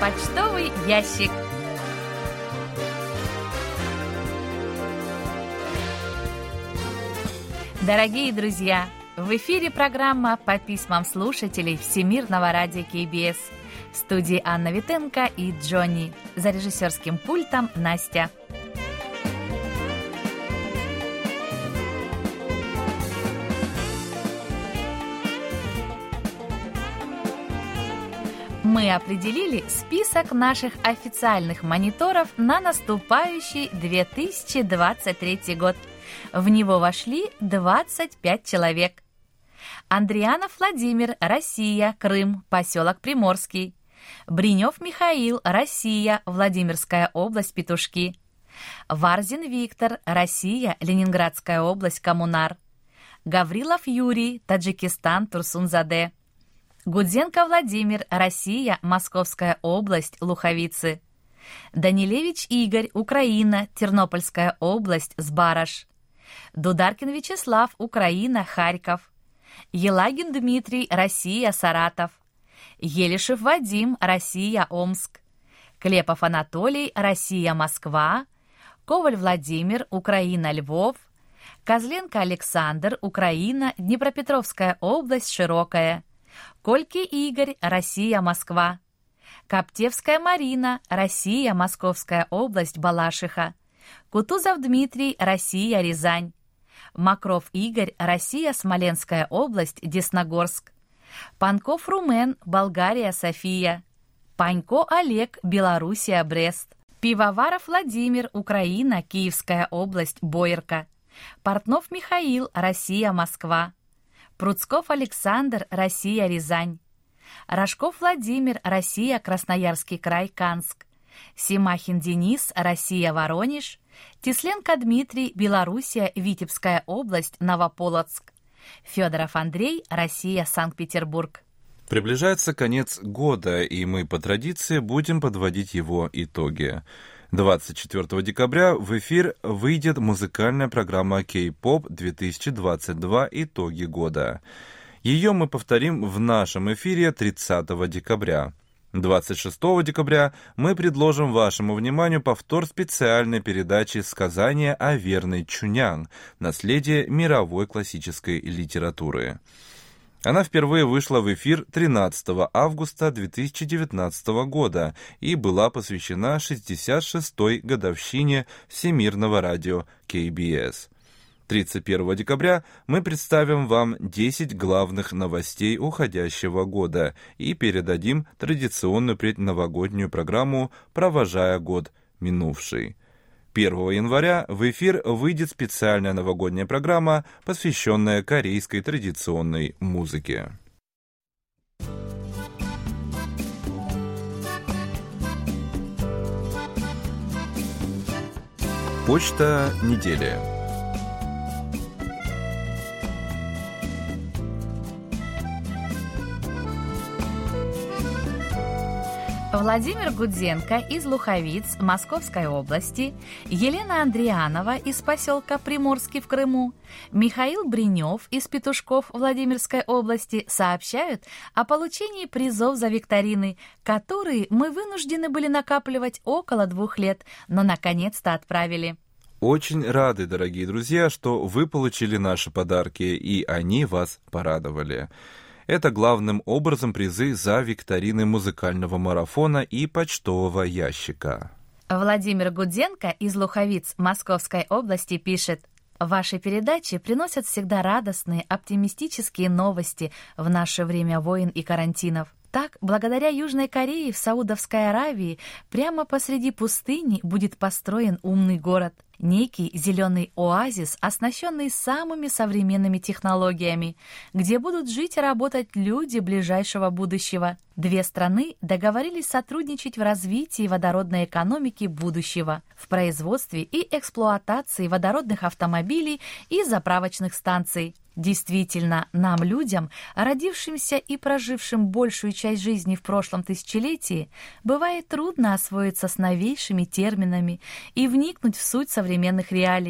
почтовый ящик. Дорогие друзья, в эфире программа по письмам слушателей Всемирного радио КБС. В студии Анна Витенко и Джонни. За режиссерским пультом Настя. Мы определили список наших официальных мониторов на наступающий 2023 год. В него вошли 25 человек. Андрианов Владимир, Россия, Крым, поселок Приморский. Бринев Михаил, Россия, Владимирская область, Петушки. Варзин Виктор, Россия, Ленинградская область, Коммунар. Гаврилов Юрий, Таджикистан, Турсунзаде. Гудзенко Владимир, Россия, Московская область, Луховицы. Данилевич Игорь, Украина, Тернопольская область, Сбараш. Дударкин Вячеслав, Украина, Харьков. Елагин Дмитрий, Россия, Саратов. Елишев Вадим, Россия, Омск. Клепов Анатолий, Россия, Москва. Коваль Владимир, Украина, Львов. Козленко Александр, Украина, Днепропетровская область, Широкая. Кольки Игорь, Россия, Москва. Коптевская Марина, Россия, Московская область, Балашиха. Кутузов Дмитрий, Россия, Рязань. Макров Игорь, Россия, Смоленская область, Десногорск. Панков Румен, Болгария, София. Панько Олег, Белоруссия, Брест. Пивоваров Владимир, Украина, Киевская область, Боярка. Портнов Михаил, Россия, Москва. Пруцков Александр, Россия, Рязань. Рожков Владимир, Россия, Красноярский край, Канск. Симахин Денис, Россия, Воронеж. Тесленко Дмитрий, Белоруссия, Витебская область, Новополоцк. Федоров Андрей, Россия, Санкт-Петербург. Приближается конец года, и мы по традиции будем подводить его итоги. 24 декабря в эфир выйдет музыкальная программа K-POP 2022 «Итоги года». Ее мы повторим в нашем эфире 30 декабря. 26 декабря мы предложим вашему вниманию повтор специальной передачи «Сказания о верной Чуньян. Наследие мировой классической литературы». Она впервые вышла в эфир 13 августа 2019 года и была посвящена 66-й годовщине Всемирного радио КБС. 31 декабря мы представим вам 10 главных новостей уходящего года и передадим традиционную предновогоднюю программу «Провожая год минувший». 1 января в эфир выйдет специальная новогодняя программа, посвященная корейской традиционной музыке. Почта недели. Владимир Гудзенко из Луховиц Московской области, Елена Андрианова из поселка Приморский в Крыму, Михаил Бринев из Петушков Владимирской области сообщают о получении призов за викторины, которые мы вынуждены были накапливать около 2 лет, но наконец-то отправили. Очень рады, дорогие друзья, что вы получили наши подарки, и они вас порадовали. Это главным образом призы за викторины музыкального марафона и почтового ящика. Владимир Гудзенко из Луховиц Московской области пишет: «Ваши передачи приносят всегда радостные, оптимистические новости в наше время войн и карантинов. Так, благодаря Южной Корее в Саудовской Аравии прямо посреди пустыни будет построен умный город. Некий зеленый оазис, оснащенный самыми современными технологиями, где будут жить и работать люди ближайшего будущего. 2 страны договорились сотрудничать в развитии водородной экономики будущего, в производстве и эксплуатации водородных автомобилей и заправочных станций. Действительно, нам, людям, родившимся и прожившим большую часть жизни в прошлом тысячелетии, бывает трудно освоиться с новейшими терминами и вникнуть в суть современных реалий.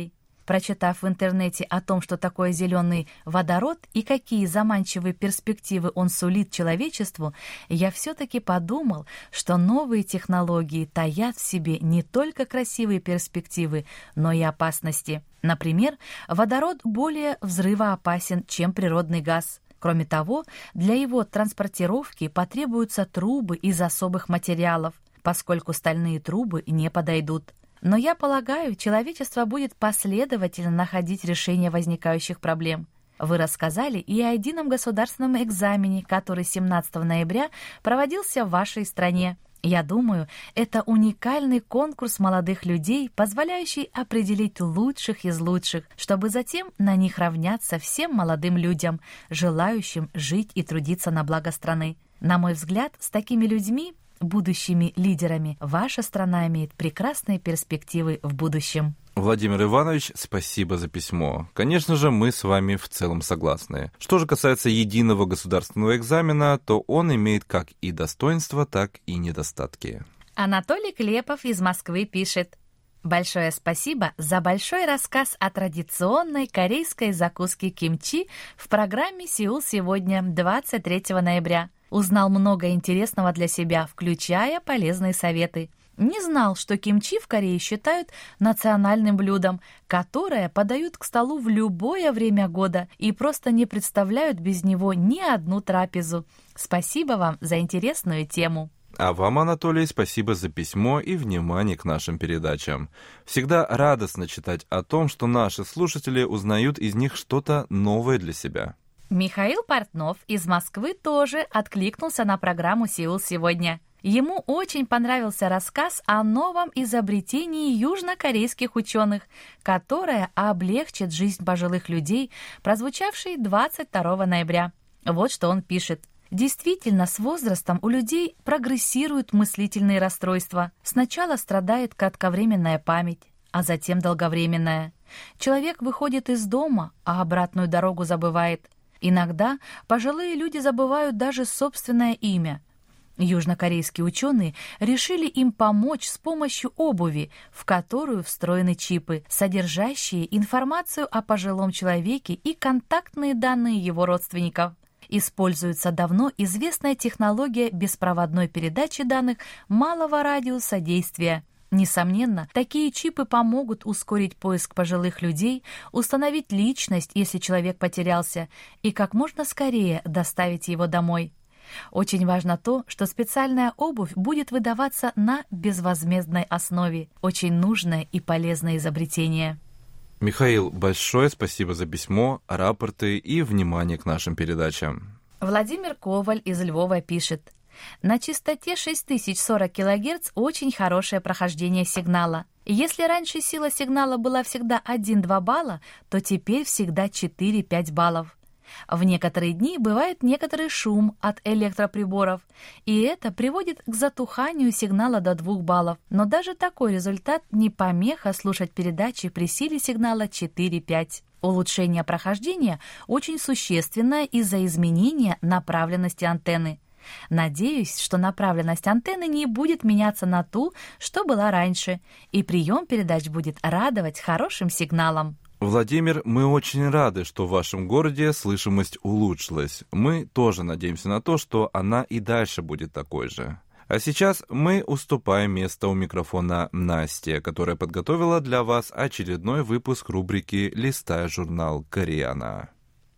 Прочитав в интернете о том, что такое зеленый водород и какие заманчивые перспективы он сулит человечеству, я все-таки подумал, что новые технологии таят в себе не только красивые перспективы, но и опасности. Например, водород более взрывоопасен, чем природный газ. Кроме того, для его транспортировки потребуются трубы из особых материалов, поскольку стальные трубы не подойдут. Но я полагаю, человечество будет последовательно находить решение возникающих проблем. Вы рассказали и о едином государственном экзамене, который 17 ноября проводился в вашей стране. Я думаю, это уникальный конкурс молодых людей, позволяющий определить лучших из лучших, чтобы затем на них равняться всем молодым людям, желающим жить и трудиться на благо страны. На мой взгляд, с такими людьми, будущими лидерами, ваша страна имеет прекрасные перспективы в будущем. Владимир Иванович, спасибо за письмо. Конечно же, мы с вами в целом согласны. Что же касается единого государственного экзамена, то он имеет как и достоинства, так и недостатки. Анатолий Клепов из Москвы пишет: «Большое спасибо за большой рассказ о традиционной корейской закуске кимчи в программе «Сеул сегодня» 23 ноября. Узнал много интересного для себя, включая полезные советы. Не знал, что кимчи в Корее считают национальным блюдом, которое подают к столу в любое время года и просто не представляют без него ни одну трапезу. Спасибо вам за интересную тему». А вам, Анатолий, спасибо за письмо и внимание к нашим передачам. Всегда радостно читать о том, что наши слушатели узнают из них что-то новое для себя. Михаил Портнов из Москвы тоже откликнулся на программу «Сеул сегодня». Ему очень понравился рассказ о новом изобретении южнокорейских ученых, которое облегчит жизнь пожилых людей, прозвучавший 22 ноября. Вот что он пишет. Действительно, с возрастом у людей прогрессируют мыслительные расстройства. Сначала страдает кратковременная память, а затем долговременная. Человек выходит из дома, а обратную дорогу забывает. Иногда пожилые люди забывают даже собственное имя. Южнокорейские ученые решили им помочь с помощью обуви, в которую встроены чипы, содержащие информацию о пожилом человеке и контактные данные его родственников. Используется давно известная технология беспроводной передачи данных малого радиуса действия. Несомненно, такие чипы помогут ускорить поиск пожилых людей, установить личность, если человек потерялся, и как можно скорее доставить его домой. Очень важно то, что специальная обувь будет выдаваться на безвозмездной основе. Очень нужное и полезное изобретение. Михаил, большое спасибо за письмо, рапорты и внимание к нашим передачам. Владимир Коваль из Львова пишет: «На частоте 6040 кГц очень хорошее прохождение сигнала. Если раньше сила сигнала была всегда 1-2 балла, то теперь всегда 4-5 баллов. В некоторые дни бывает некоторый шум от электроприборов, и это приводит к затуханию сигнала до 2 баллов. Но даже такой результат не помеха слушать передачи при силе сигнала 4-5. Улучшение прохождения очень существенное из-за изменения направленности антенны. Надеюсь, что направленность антенны не будет меняться на ту, что была раньше, и прием передач будет радовать хорошим сигналом». Владимир, мы очень рады, что в вашем городе слышимость улучшилась. Мы тоже надеемся на то, что она и дальше будет такой же. А сейчас мы уступаем место у микрофона Насте, которая подготовила для вас очередной выпуск рубрики «Листая журнал Кореяна».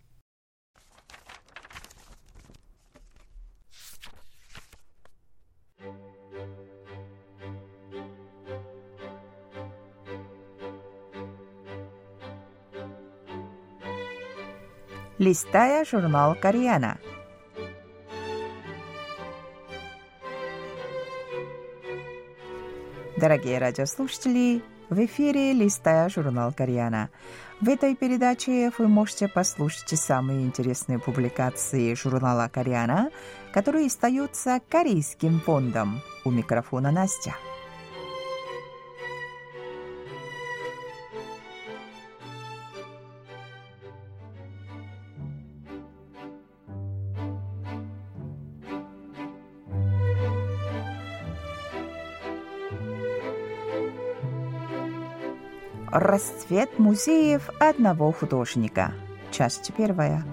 Листая журнал Кореяна. Дорогие радиослушатели, в эфире «Листая журнал Кореяна». В этой передаче вы можете послушать самые интересные публикации журнала Кореяна, которые издаются Корейским фондом. У микрофона Настя. Расцвет музеев одного художника. Часть 1.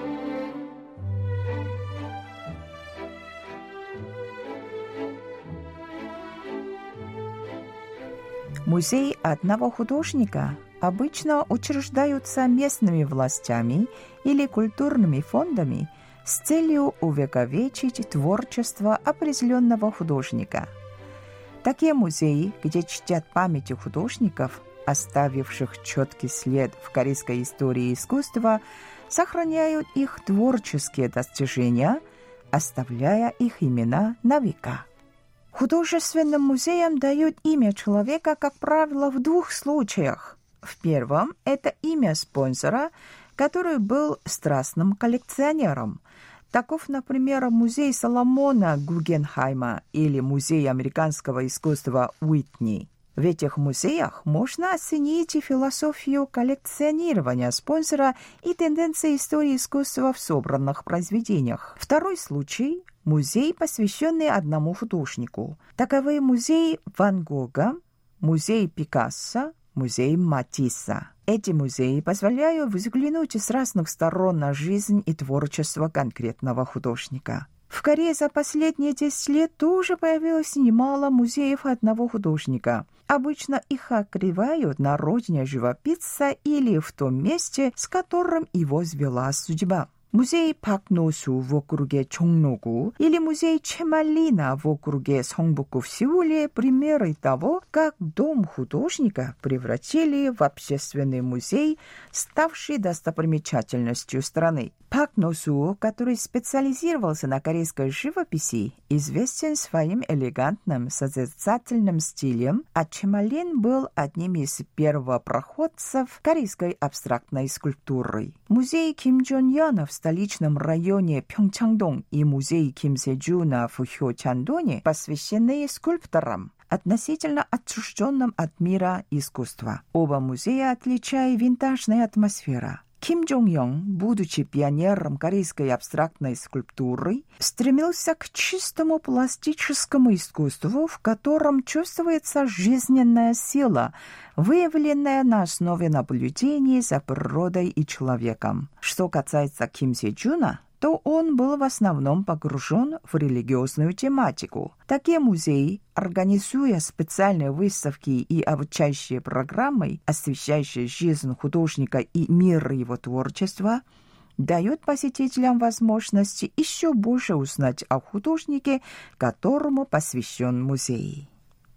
Музей одного художника обычно учреждаются местными властями или культурными фондами с целью увековечить творчество определенного художника. Такие музеи, где чтят память художников, оставивших четкий след в корейской истории искусства, сохраняют их творческие достижения, оставляя их имена на века. Художественным музеям дают имя человека, как правило, в 2 случаях. В первом – это имя спонсора, который был страстным коллекционером. Таков, например, музей Соломона Гугенхайма или музей американского искусства Уитни. В этих музеях можно оценить и философию коллекционирования спонсора и тенденции истории искусства в собранных произведениях. Второй случай – музей, посвященный одному художнику. Таковы музей Ван Гога, музей Пикассо, музей Матисса. Эти музеи позволяют взглянуть с разных сторон на жизнь и творчество конкретного художника. В Корее за последние 10 лет тоже появилось немало музеев одного художника. Обычно их открывают на родине живописца или в том месте, с которым его свела судьба. Музей Пакносу в округе Чонgnогу или музей Чемалина в округе Сongбukgu в Сеуле – примеры того, как дом художника превратили в общественный музей, ставший достопримечательностью страны. Пакносу, который специализировался на корейской живописи, известен своим элегантным созерцательным стилем, а Чемалин был одним из первопроходцев корейской абстрактной скульптуры. Музей Ким Чон Йона в столичном районе Пьончангдong и музей Ким Се-джуна в Хёчандоне посвящены скульпторам, относительно отчужденным от мира искусства. Оба музея отличает винтажная атмосфера. Ким Чон Йон, будучи пионером корейской абстрактной скульптуры, стремился к чистому пластическому искусству, в котором чувствуется жизненная сила, выявленная на основе наблюдений за природой и человеком. Что касается Ким Се-джуна, то он был в основном погружен в религиозную тематику. Такие музеи, организуя специальные выставки и обучающие программы, освещающие жизнь художника и мир его творчества, дают посетителям возможность еще больше узнать о художнике, которому посвящен музей.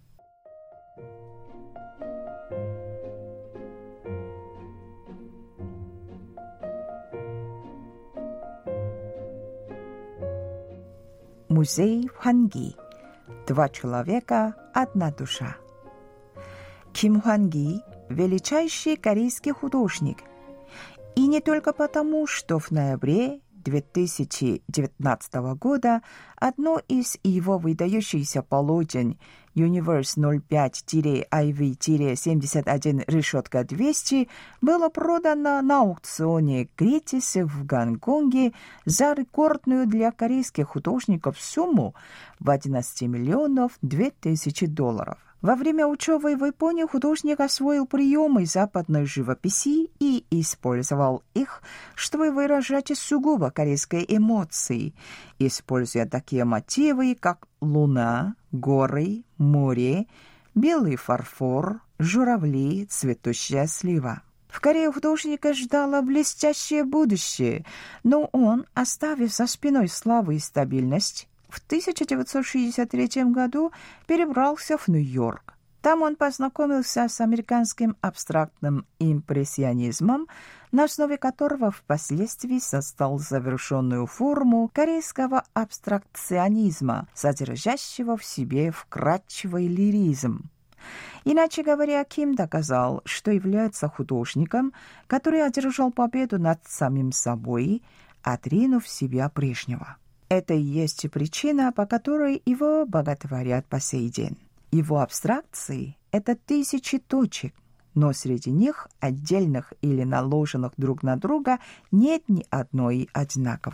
Музей Хванги. 2 человека, 1 душа. Ким Хванги – величайший корейский художник. И не только потому, что в ноябре 2019 года одно из его выдающихся полотен Universe 05-IV-71-200 было продано на аукционе Критис в Гонконге за рекордную для корейских художников сумму в $11 миллионов 2000 долларов. Во время учебы в Японии художник освоил приемы западной живописи и использовал их, чтобы выражать сугубо корейские эмоции, используя такие мотивы, как луна, горы, море, белый фарфор, журавли, цветущая слива. В Корее художника ждало блестящее будущее, но он, оставив за спиной славу и стабильность, в 1963 году перебрался в Нью-Йорк. Там он познакомился с американским абстрактным импрессионизмом, на основе которого впоследствии создал завершенную форму корейского абстракционизма, содержащего в себе вкрадчивый лиризм. Иначе говоря, Ким доказал, что является художником, который одержал победу над самим собой, отринув себя прежнего. Это и есть причина, по которой его боготворят по сей день. Его абстракции – это тысячи точек, но среди них, отдельных или наложенных друг на друга, нет ни одной одинаковой.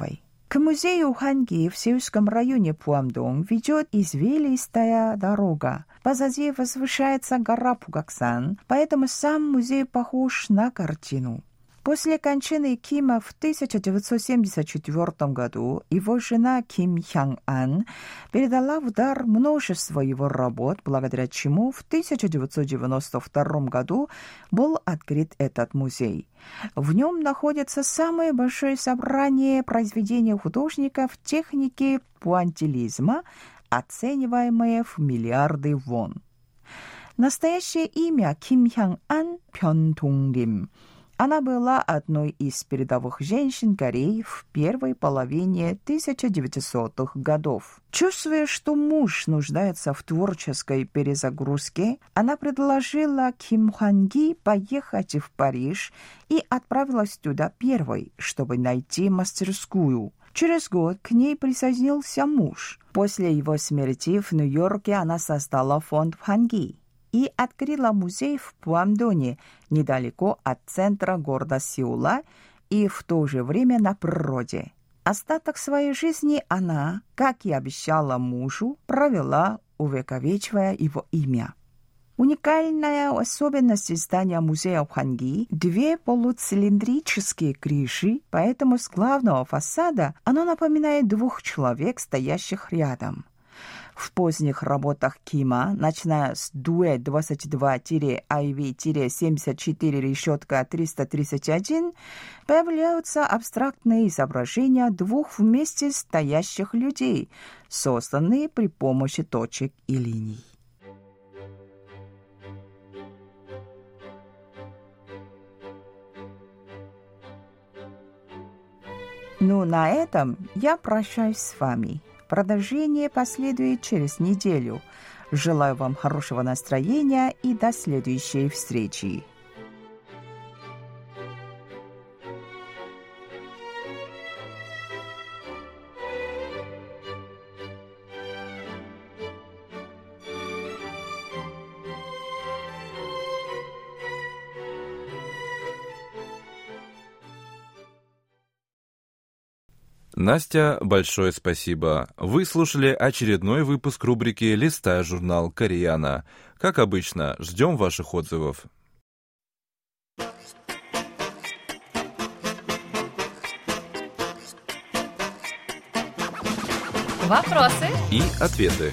К музею Ханги в сеульском районе Пуамдong ведет извилистая дорога. Позади возвышается гора Пугаксан, поэтому сам музей похож на картину. После кончины Кима в 1974 году его жена Ким Хянг-ан передала в дар множество его работ, благодаря чему в 1992 году был открыт этот музей. В нем находится самое большое собрание произведений художников техники пуантилизма, оцениваемое в миллиарды вон. Настоящее имя Ким Хянг-ан Пёндонрим. Она была одной из передовых женщин Кореи в первой половине 1900-х годов. Чувствуя, что муж нуждается в творческой перезагрузке, она предложила Ким Ханги поехать в Париж и отправилась туда первой, чтобы найти мастерскую. Через год к ней присоединился муж. После его смерти в Нью-Йорке она создала фонд Ханги и открыла музей в Пуамдоне, недалеко от центра города Сеула и в то же время на природе. Остаток своей жизни она, как и обещала мужу, провела, увековечивая его имя. Уникальная особенность здания музея Ханги – 2 полуцилиндрические крыши, поэтому с главного фасада оно напоминает 2 человек, стоящих рядом. В поздних работах Кима, начиная с дуэт 22-IV-74 решетка 331, появляются абстрактные изображения 2 вместе стоящих людей, созданные при помощи точек и линий. Ну, на этом я прощаюсь с вами. Продолжение последует через неделю. Желаю вам хорошего настроения и до следующей встречи. Настя, большое спасибо. Вы слушали очередной выпуск рубрики «Листая журнал Кореяна». Как обычно, ждем ваших отзывов. Вопросы и ответы.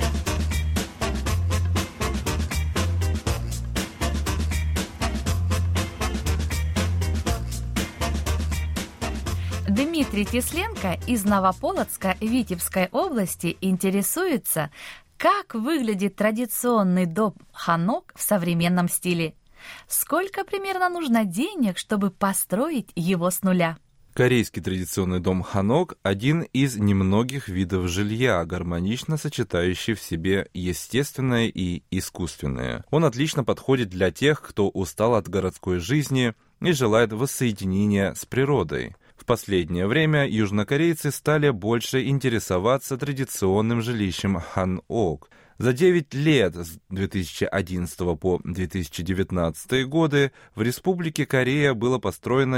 Дмитрий Тесленко из Новополоцка Витебской области интересуется, как выглядит традиционный дом ханок в современном стиле. Сколько примерно нужно денег, чтобы построить его с нуля? Корейский традиционный дом ханок – один из немногих видов жилья, гармонично сочетающий в себе естественное и искусственное. Он отлично подходит для тех, кто устал от городской жизни и желает воссоединения с природой. В последнее время южнокорейцы стали больше интересоваться традиционным жилищем ханок. За 9 лет с 2011 по 2019 годы в Республике Корея было построено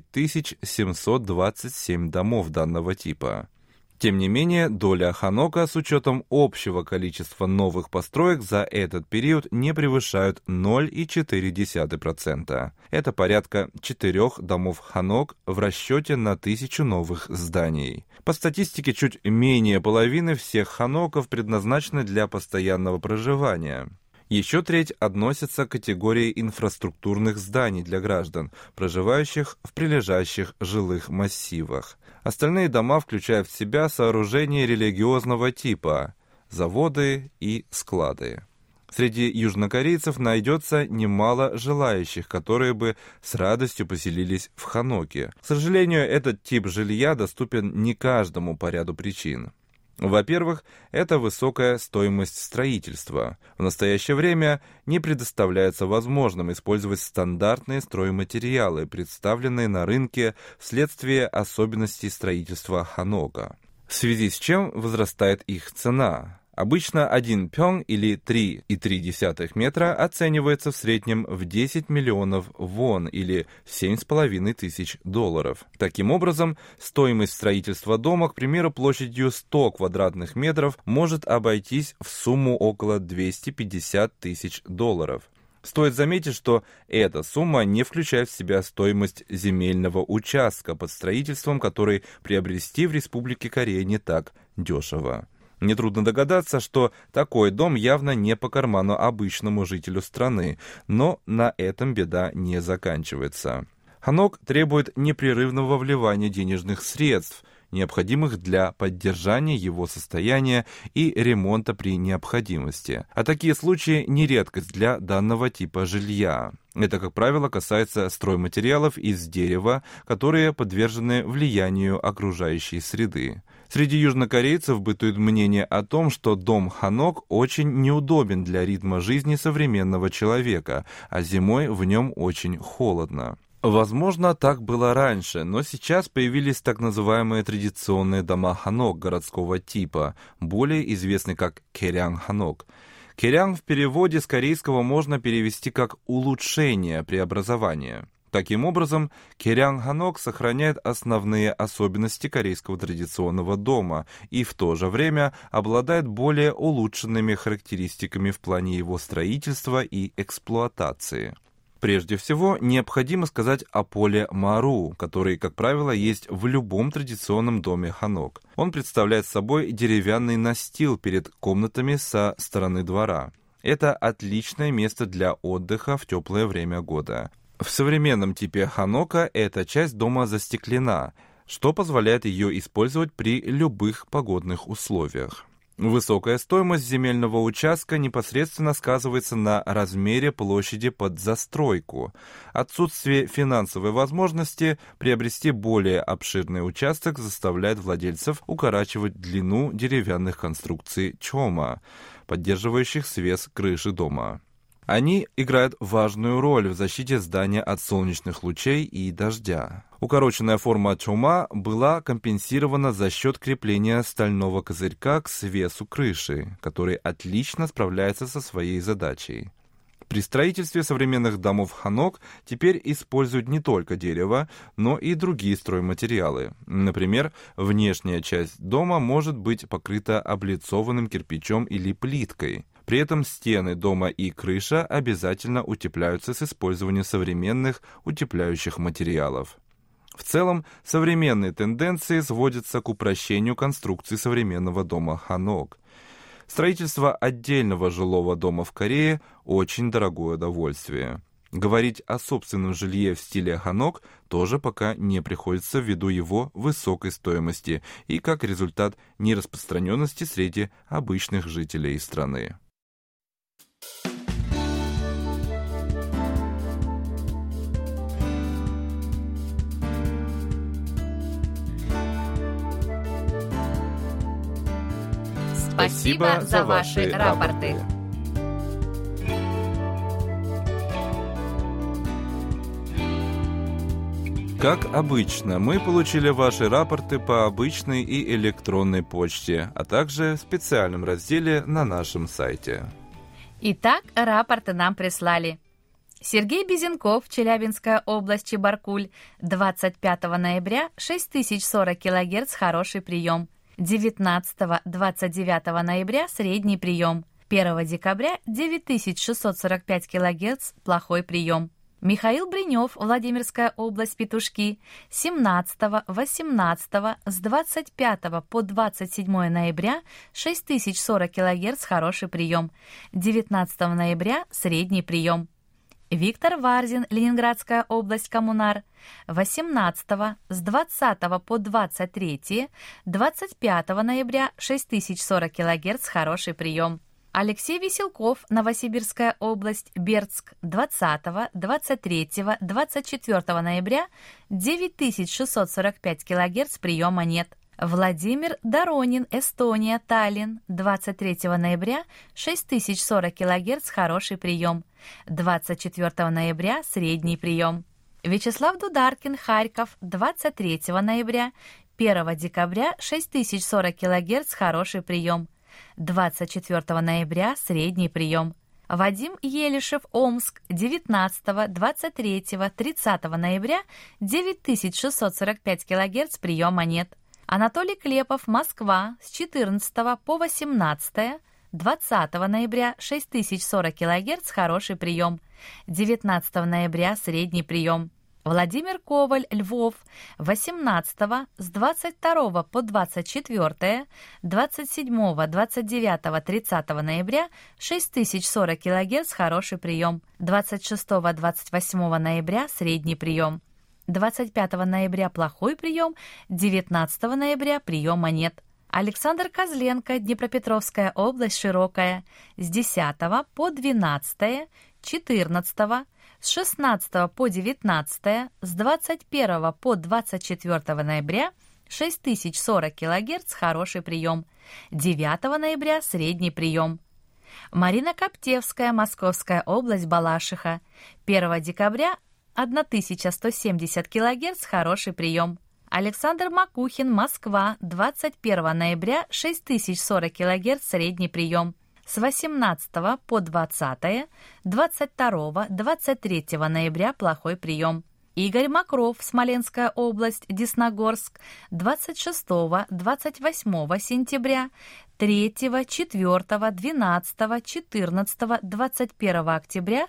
9727 домов данного типа. Тем не менее, доля ханока с учетом общего количества новых построек за этот период не превышают 0,4%. Это порядка 4 домов ханок в расчете на 1000 новых зданий. По статистике, чуть менее половины всех ханоков предназначены для постоянного проживания. Еще треть относится к категории инфраструктурных зданий для граждан, проживающих в прилежащих жилых массивах. Остальные дома включают в себя сооружения религиозного типа, заводы и склады. Среди южнокорейцев найдется немало желающих, которые бы с радостью поселились в ханоке. К сожалению, этот тип жилья доступен не каждому по ряду причин. Во-первых, это высокая стоимость строительства. В настоящее время не предоставляется возможным использовать стандартные стройматериалы, представленные на рынке вследствие особенностей строительства ханока, в связи с чем возрастает их цена. Обычно 1 пёng или 3,3 метра оценивается в среднем в 10 миллионов вон или 7,5 тысяч долларов. Таким образом, стоимость строительства дома, к примеру, площадью 100 квадратных метров, может обойтись в сумму около 250 тысяч долларов. Стоит заметить, что эта сумма не включает в себя стоимость земельного участка под строительством, который приобрести в Республике Корея не так дешево. Нетрудно догадаться, что такой дом явно не по карману обычному жителю страны, но на этом беда не заканчивается. Ханок требует непрерывного вливания денежных средств, необходимых для поддержания его состояния и ремонта при необходимости. А такие случаи не редкость для данного типа жилья. Это, как правило, касается стройматериалов из дерева, которые подвержены влиянию окружающей среды. Среди южнокорейцев бытует мнение о том, что дом Ханок очень неудобен для ритма жизни современного человека, а зимой в нем очень холодно. Возможно, так было раньше, но сейчас появились так называемые традиционные дома Ханок городского типа, более известные как Керянг Ханок. Керянг в переводе с корейского можно перевести как «улучшение», «преобразование». Таким образом, Керянг Ханок сохраняет основные особенности корейского традиционного дома и в то же время обладает более улучшенными характеристиками в плане его строительства и эксплуатации. Прежде всего, необходимо сказать о поле Мару, который, как правило, есть в любом традиционном доме Ханок. Он представляет собой деревянный настил перед комнатами со стороны двора. Это отличное место для отдыха в теплое время года. В современном типе Ханока эта часть дома застеклена, что позволяет ее использовать при любых погодных условиях. Высокая стоимость земельного участка непосредственно сказывается на размере площади под застройку. Отсутствие финансовой возможности приобрести более обширный участок заставляет владельцев укорачивать длину деревянных конструкций чома, поддерживающих свес крыши дома. Они играют важную роль в защите здания от солнечных лучей и дождя. Укороченная форма чома была компенсирована за счет крепления стального козырька к свесу крыши, который отлично справляется со своей задачей. При строительстве современных домов Ханок теперь используют не только дерево, но и другие стройматериалы. Например, внешняя часть дома может быть покрыта облицованным кирпичом или плиткой. При этом стены дома и крыша обязательно утепляются с использованием современных утепляющих материалов. В целом, современные тенденции сводятся к упрощению конструкции современного дома Ханок. Строительство отдельного жилого дома в Корее – очень дорогое удовольствие. Говорить о собственном жилье в стиле Ханок тоже пока не приходится ввиду его высокой стоимости и как результат нераспространенности среди обычных жителей страны. Спасибо за ваши рапорты. Как обычно, мы получили ваши рапорты по обычной и электронной почте, а также в специальном разделе на нашем сайте. Итак, рапорты нам прислали. Сергей Безенков, Челябинская область, Чебаркуль, 25 ноября, 6040 кГц, хороший прием. 19-29 ноября, средний прием. 1 декабря, 9645 кГц, плохой прием. Михаил Бринев, Владимирская область, Петушки, 17-18, с 25 по 27 ноября, 6040 кГц, хороший прием. 19 ноября, средний прием. Виктор Варзин, Ленинградская область, Коммунар, 18 с 20 по 23, 25 ноября, 6040 кГц, хороший прием. Алексей Веселков, Новосибирская область, Бердск, 20, 23, 24 ноября, 9645 кГц, приема нет. Владимир Доронин, Эстония, Таллин, 23 ноября, 6040 кГц, хороший прием. 24 ноября, средний прием. Вячеслав Дударкин, Харьков, 23 ноября, 1 декабря, 6040 кГц, хороший прием. 24 ноября средний прием. Вадим Елишев, Омск, 19, 23, 30 ноября 9645 кГц приема нет. Анатолий Клепов, Москва, с 14 по 18, 20 ноября 6040 кГц хороший прием. 19 ноября средний прием. Владимир Коваль, Львов, 18 с 22 по 24, 27, 29, 30 ноября 6040 кГц хороший прием. 26, 28 ноября средний прием. 25 ноября плохой прием, 19 ноября приема нет. Александр Козленко, Днепропетровская область, Широкая, с 10 по 12, 14, с 16 по 19, с 21 по 24 ноября 6040 кГц хороший прием. 9 ноября средний прием. Марина Коптевская, Московская область, Балашиха, 1 декабря 1170 кГц хороший прием. Александр Макухин, Москва, 21 ноября 6040 кГц средний прием. С 18 по 20, 22, 23 ноября плохой прием. Игорь Макров, Смоленская область, Десногорск, 26, 28 сентября, 3, 4, 12, 14, 21 октября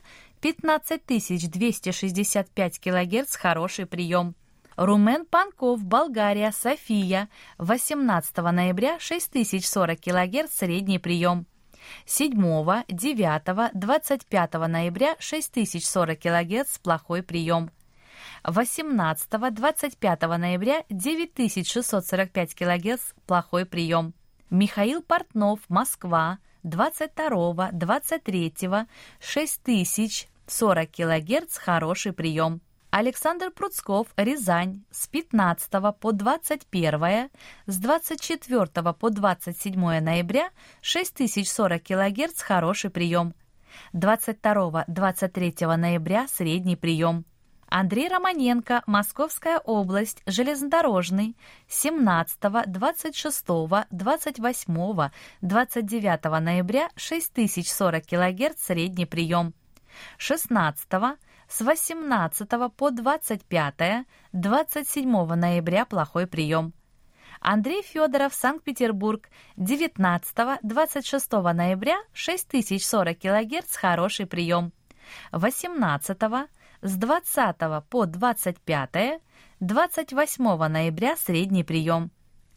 15265 кГц хороший прием. Румен Панков, Болгария, София, 18 ноября 6040 кГц средний прием. 7, 9, 25 ноября 6040 кГц плохой прием. 18, 25 ноября 9645 кГц плохой прием. Михаил Портнов, Москва, 22, 23, 6040 кГц хороший прием. Александр Пруцков, Рязань, с 15 по 21, с 24 по 27 ноября 6040 кГц хороший прием. 22-23 ноября средний прием. Андрей Романенко, Московская область, Железнодорожный, 17, 26, 28, 29 ноября 6040 кГц средний прием. 16, с 18 по 25, 27 ноября плохой прием. Андрей Федоров, Санкт-Петербург, 19-26 ноября 6040 кГц хороший прием. 18 с 20 по 25, 28 ноября средний прием.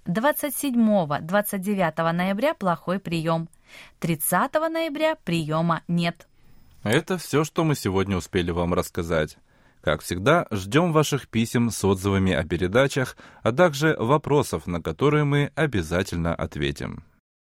27-29 ноября плохой прием. 30 ноября приема нет. Это все, что мы сегодня успели вам рассказать. Как всегда, ждем ваших писем с отзывами о передачах, а также вопросов, на которые мы обязательно ответим.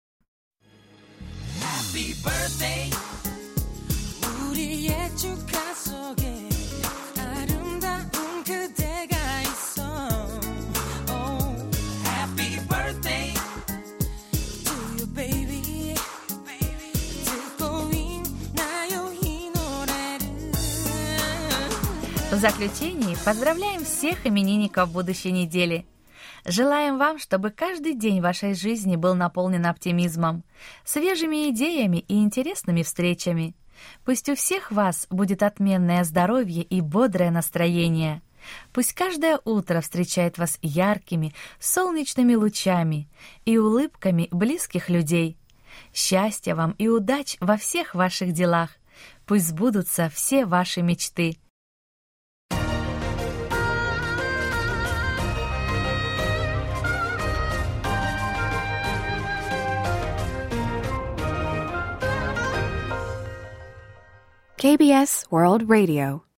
В заключении поздравляем всех именинников будущей недели. Желаем вам, чтобы каждый день вашей жизни был наполнен оптимизмом, свежими идеями и интересными встречами. Пусть у всех вас будет отменное здоровье и бодрое настроение. Пусть каждое утро встречает вас яркими, солнечными лучами и улыбками близких людей. Счастья вам и удач во всех ваших делах. Пусть сбудутся все ваши мечты. KBS World Radio.